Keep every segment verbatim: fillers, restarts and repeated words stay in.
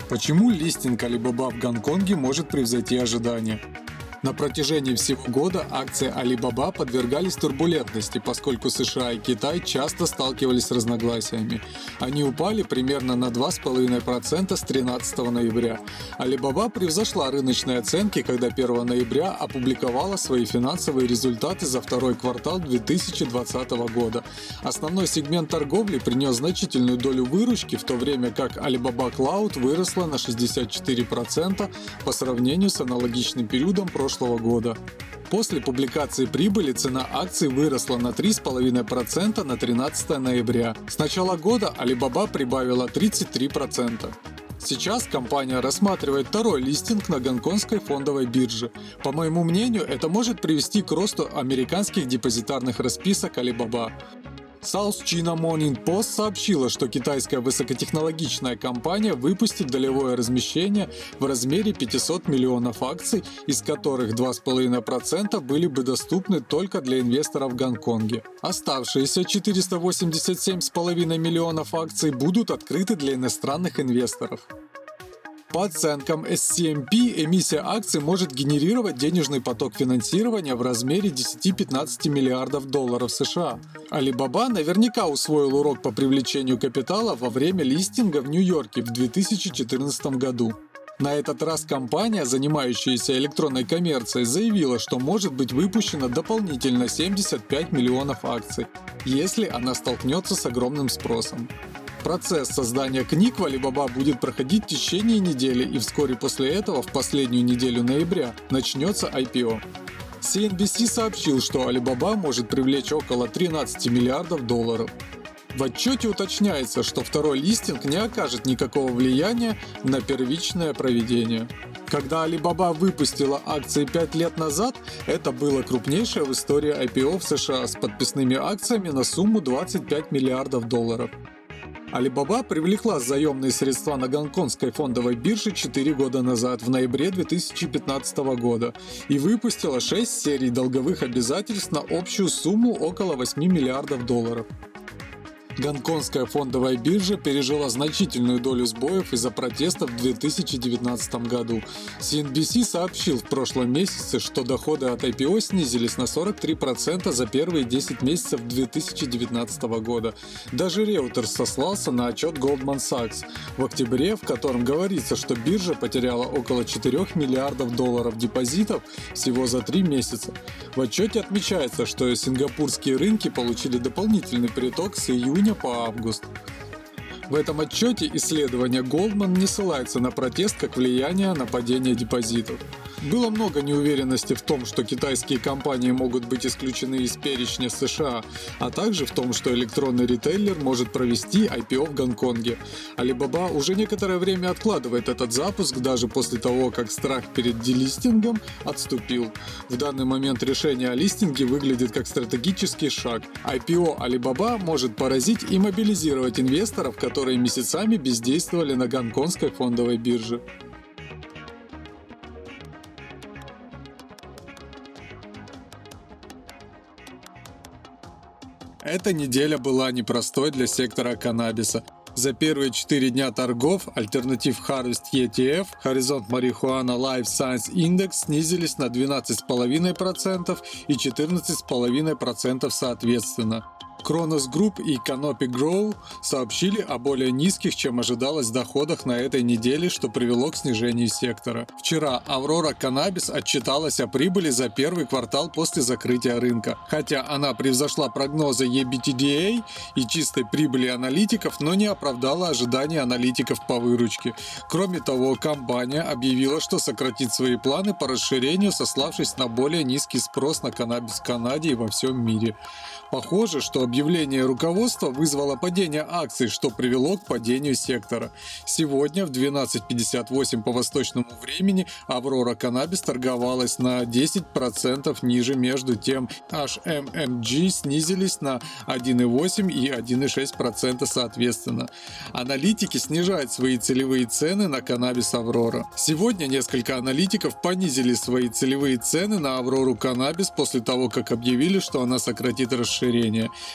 Почему листинг Alibaba в Гонконге может превзойти ожидания? На протяжении всего года акции Alibaba подвергались турбулентности, поскольку США и Китай часто сталкивались с разногласиями. Они упали примерно на два с половиной процента с тринадцатого ноября. Alibaba превзошла рыночные оценки, когда первого ноября опубликовала свои финансовые результаты за второй квартал две тысячи двадцатого года. Основной сегмент торговли принес значительную долю выручки, в то время как Alibaba Cloud выросла на шестьдесят четыре процента по сравнению с аналогичным периодом прошлого года. После публикации прибыли цена акций выросла на три с половиной процента на тринадцатое ноября. С начала года Alibaba прибавила тридцать три процента. Сейчас компания рассматривает второй листинг на гонконгской фондовой бирже. По моему мнению, это может привести к росту американских депозитарных расписок Alibaba. South China Morning Post сообщила, что китайская высокотехнологичная компания выпустит долевое размещение в размере пятисот миллионов акций, из которых два с половиной процента были бы доступны только для инвесторов в Гонконге. Оставшиеся четыреста восемьдесят семь с половиной миллионов акций будут открыты для иностранных инвесторов. По оценкам эс си эм пи, эмиссия акций может генерировать денежный поток финансирования в размере десяти-пятнадцати миллиардов долларов США. Alibaba наверняка усвоил урок по привлечению капитала во время листинга в Нью-Йорке в две тысячи четырнадцатом году. На этот раз компания, занимающаяся электронной коммерцией, заявила, что может быть выпущено дополнительно семьдесят пять миллионов акций, если она столкнется с огромным спросом. Процесс создания книг в Alibaba будет проходить в течение недели, и вскоре после этого, в последнюю неделю ноября, начнется ай пи о. си эн би си сообщил, что Alibaba может привлечь около тринадцати миллиардов долларов. В отчете уточняется, что второй листинг не окажет никакого влияния на первичное проведение. Когда Alibaba выпустила акции пять лет назад, это было крупнейшее в истории ай пи о в США с подписными акциями на сумму двадцать пять миллиардов долларов. Alibaba привлекла заемные средства на гонконгской фондовой бирже четыре года назад, в ноябре две тысячи пятнадцатого года, и выпустила шесть серий долговых обязательств на общую сумму около восьми миллиардов долларов. Гонконгская фондовая биржа пережила значительную долю сбоев из-за протестов в две тысячи девятнадцатом году. си эн би си сообщил в прошлом месяце, что доходы от ай пи о снизились на сорок три процента за первые десять месяцев две тысячи девятнадцатого года. Даже Reuters сослался на отчет Goldman Sachs в октябре, в котором говорится, что биржа потеряла около четырёх миллиардов долларов депозитов всего за три месяца. В отчете отмечается, что сингапурские рынки получили дополнительный приток с июня по август. В этом отчете исследования Goldman не ссылается на протест как влияние на падение депозитов. Было много неуверенности в том, что китайские компании могут быть исключены из перечня США, а также в том, что электронный ритейлер может провести ай пи о в Гонконге. Alibaba уже некоторое время откладывает этот запуск, даже после того, как страх перед делистингом отступил. В данный момент решение о листинге выглядит как стратегический шаг. ай пи о Alibaba может поразить и мобилизировать инвесторов, которые месяцами бездействовали на гонконгской фондовой бирже. Эта неделя была непростой для сектора каннабиса. За первые четыре дня торгов Alternative Harvest и ти эф, Horizon Marijuana Life Science Index снизились на двенадцать целых пять десятых процента и четырнадцать целых пять десятых процента соответственно. Kronos Group и Canopy Growth сообщили о более низких, чем ожидалось, доходах на этой неделе, что привело к снижению сектора. Вчера Aurora Cannabis отчиталась о прибыли за первый квартал после закрытия рынка. Хотя она превзошла прогнозы и би ти ди эй и чистой прибыли аналитиков, но не оправдала ожидания аналитиков по выручке. Кроме того, компания объявила, что сократит свои планы по расширению, сославшись на более низкий спрос на каннабис в Канаде и во всем мире. Похоже, что объявление руководства вызвало падение акций, что привело к падению сектора. Сегодня в двенадцать пятьдесят восемь по восточному времени Aurora Cannabis торговалась на десять процентов ниже, между тем эйч эм эм джи снизились на один целых восемь и один целых шесть процента соответственно. Аналитики снижают свои целевые цены на каннабис Aurora. Сегодня несколько аналитиков понизили свои целевые цены на Aurora Cannabis после того, как объявили, что она сократит расширение.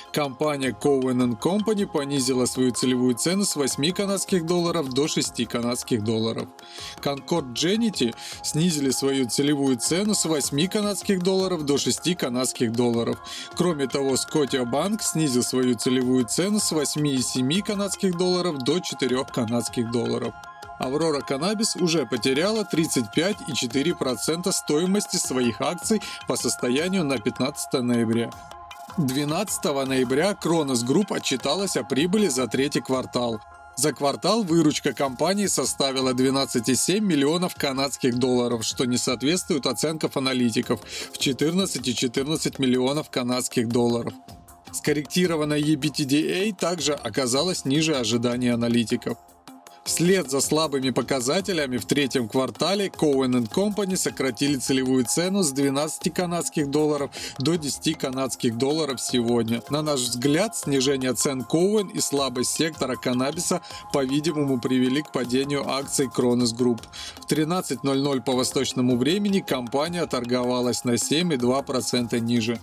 Компания Cowen энд Company понизила свою целевую цену с восьми канадских долларов до шести канадских долларов. Concord Genity снизили свою целевую цену с восьми канадских долларов до шести канадских долларов. Кроме того, Scotiabank снизил свою целевую цену с восьми и семи канадских долларов до четырёх канадских долларов. Aurora Cannabis уже потеряла тридцать пять и четыре десятых процента стоимости своих акций по состоянию на пятнадцатое ноября. двенадцатого ноября Kronos Group отчиталась о прибыли за третий квартал. За квартал выручка компании составила двенадцать целых семь десятых миллионов канадских долларов, что не соответствует оценкам аналитиков в четырнадцать целых четырнадцать сотых миллионов канадских долларов. Скорректированная и би ти ди эй также оказалась ниже ожиданий аналитиков. Вслед за слабыми показателями в третьем квартале Cowen энд Company сократили целевую цену с двенадцати канадских долларов до десяти канадских долларов сегодня. На наш взгляд, снижение цен Cowen и слабость сектора каннабиса, по-видимому, привели к падению акций Kronos Group. В тринадцать ноль ноль по восточному времени компания торговалась на семь целых два десятых процента ниже.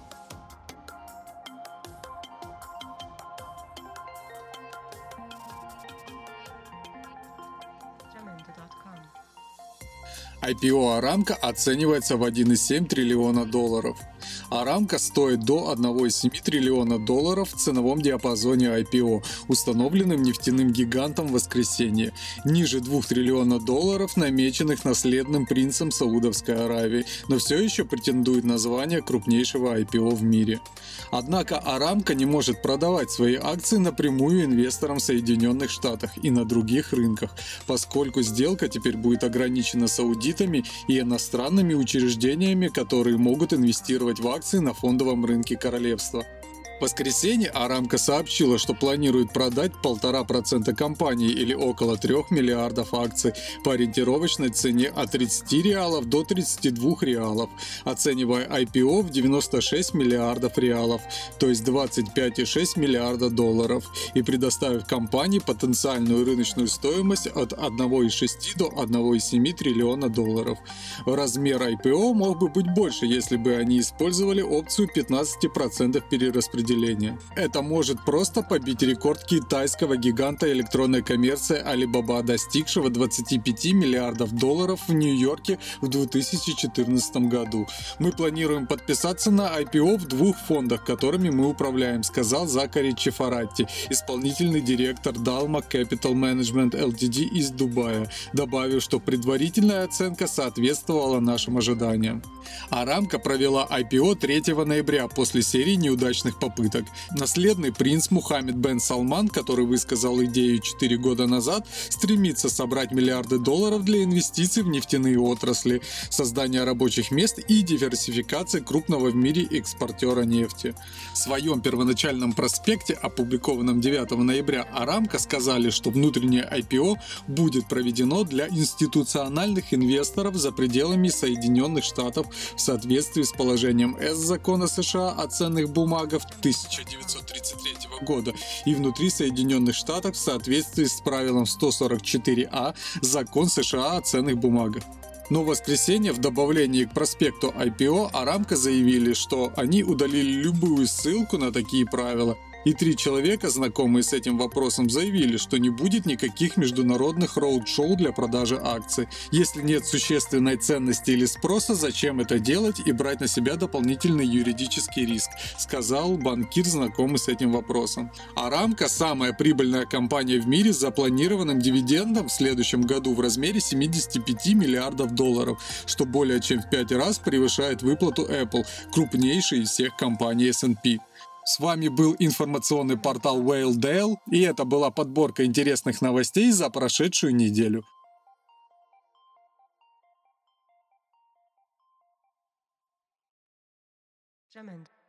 ай пи о Aramco оценивается в один целых семь десятых триллиона долларов. Aramco стоит до одного целых семи десятых триллиона долларов в ценовом диапазоне ай пи о, установленным нефтяным гигантом в воскресенье, ниже двух триллионов долларов, намеченных наследным принцем Саудовской Аравии, но все еще претендует на звание крупнейшего ай пи о в мире. Однако Aramco не может продавать свои акции напрямую инвесторам в Соединенных Штатах и на других рынках, поскольку сделка теперь будет ограничена саудитами и иностранными учреждениями, которые могут инвестировать в акции на фондовом рынке королевства. В воскресенье Aramco сообщила, что планирует продать полтора процента компании или около трёх миллиардов акций по ориентировочной цене от тридцати реалов до тридцати двух реалов, оценивая ай пи о в девяносто шесть миллиардов реалов, то есть двадцать пять целых шесть десятых миллиарда долларов, и предоставив компании потенциальную рыночную стоимость от одного целых шести десятых до одного целых семи десятых триллиона долларов. Размер ай пи о мог бы быть больше, если бы они использовали опцию пятнадцати процентов перераспределения. Это может просто побить рекорд китайского гиганта электронной коммерции Alibaba, достигшего двадцати пяти миллиардов долларов в Нью-Йорке в две тысячи четырнадцатом году. Мы планируем подписаться на ай пи о в двух фондах, которыми мы управляем, сказал Закари Чефаратти, исполнительный директор Dalma Capital Management эл ти ди из Дубая, добавив, что предварительная оценка соответствовала нашим ожиданиям. Aramco провела ай пи о третьего ноября после серии неудачных попыток. Наследный принц Мухаммед бен Салман, который высказал идею четыре года назад, стремится собрать миллиарды долларов для инвестиций в нефтяные отрасли, создания рабочих мест и диверсификации крупного в мире экспортера нефти. В своем первоначальном проспекте, опубликованном девятого ноября, Aramco сказали, что внутреннее ай пи о будет проведено для институциональных инвесторов за пределами Соединенных Штатов в соответствии с положением С закона США о ценных бумагах тысяча девятьсот тридцать третьего года и внутри Соединенных Штатов в соответствии с правилом сто сорок четыре а закон США о ценных бумагах. Но в воскресенье в добавлении к проспекту ай пи о Aramco заявили, что они удалили любую ссылку на такие правила. И три человека, знакомые с этим вопросом, заявили, что не будет никаких международных роуд-шоу для продажи акций. Если нет существенной ценности или спроса, зачем это делать и брать на себя дополнительный юридический риск, сказал банкир, знакомый с этим вопросом. Aramco – самая прибыльная компания в мире с запланированным дивидендом в следующем году в размере семидесяти пяти миллиардов долларов, что более чем в пять раз превышает выплату Apple, крупнейшей из всех компаний эс энд пи. С вами был информационный портал Whale Daily, и это была подборка интересных новостей за прошедшую неделю. Jamend.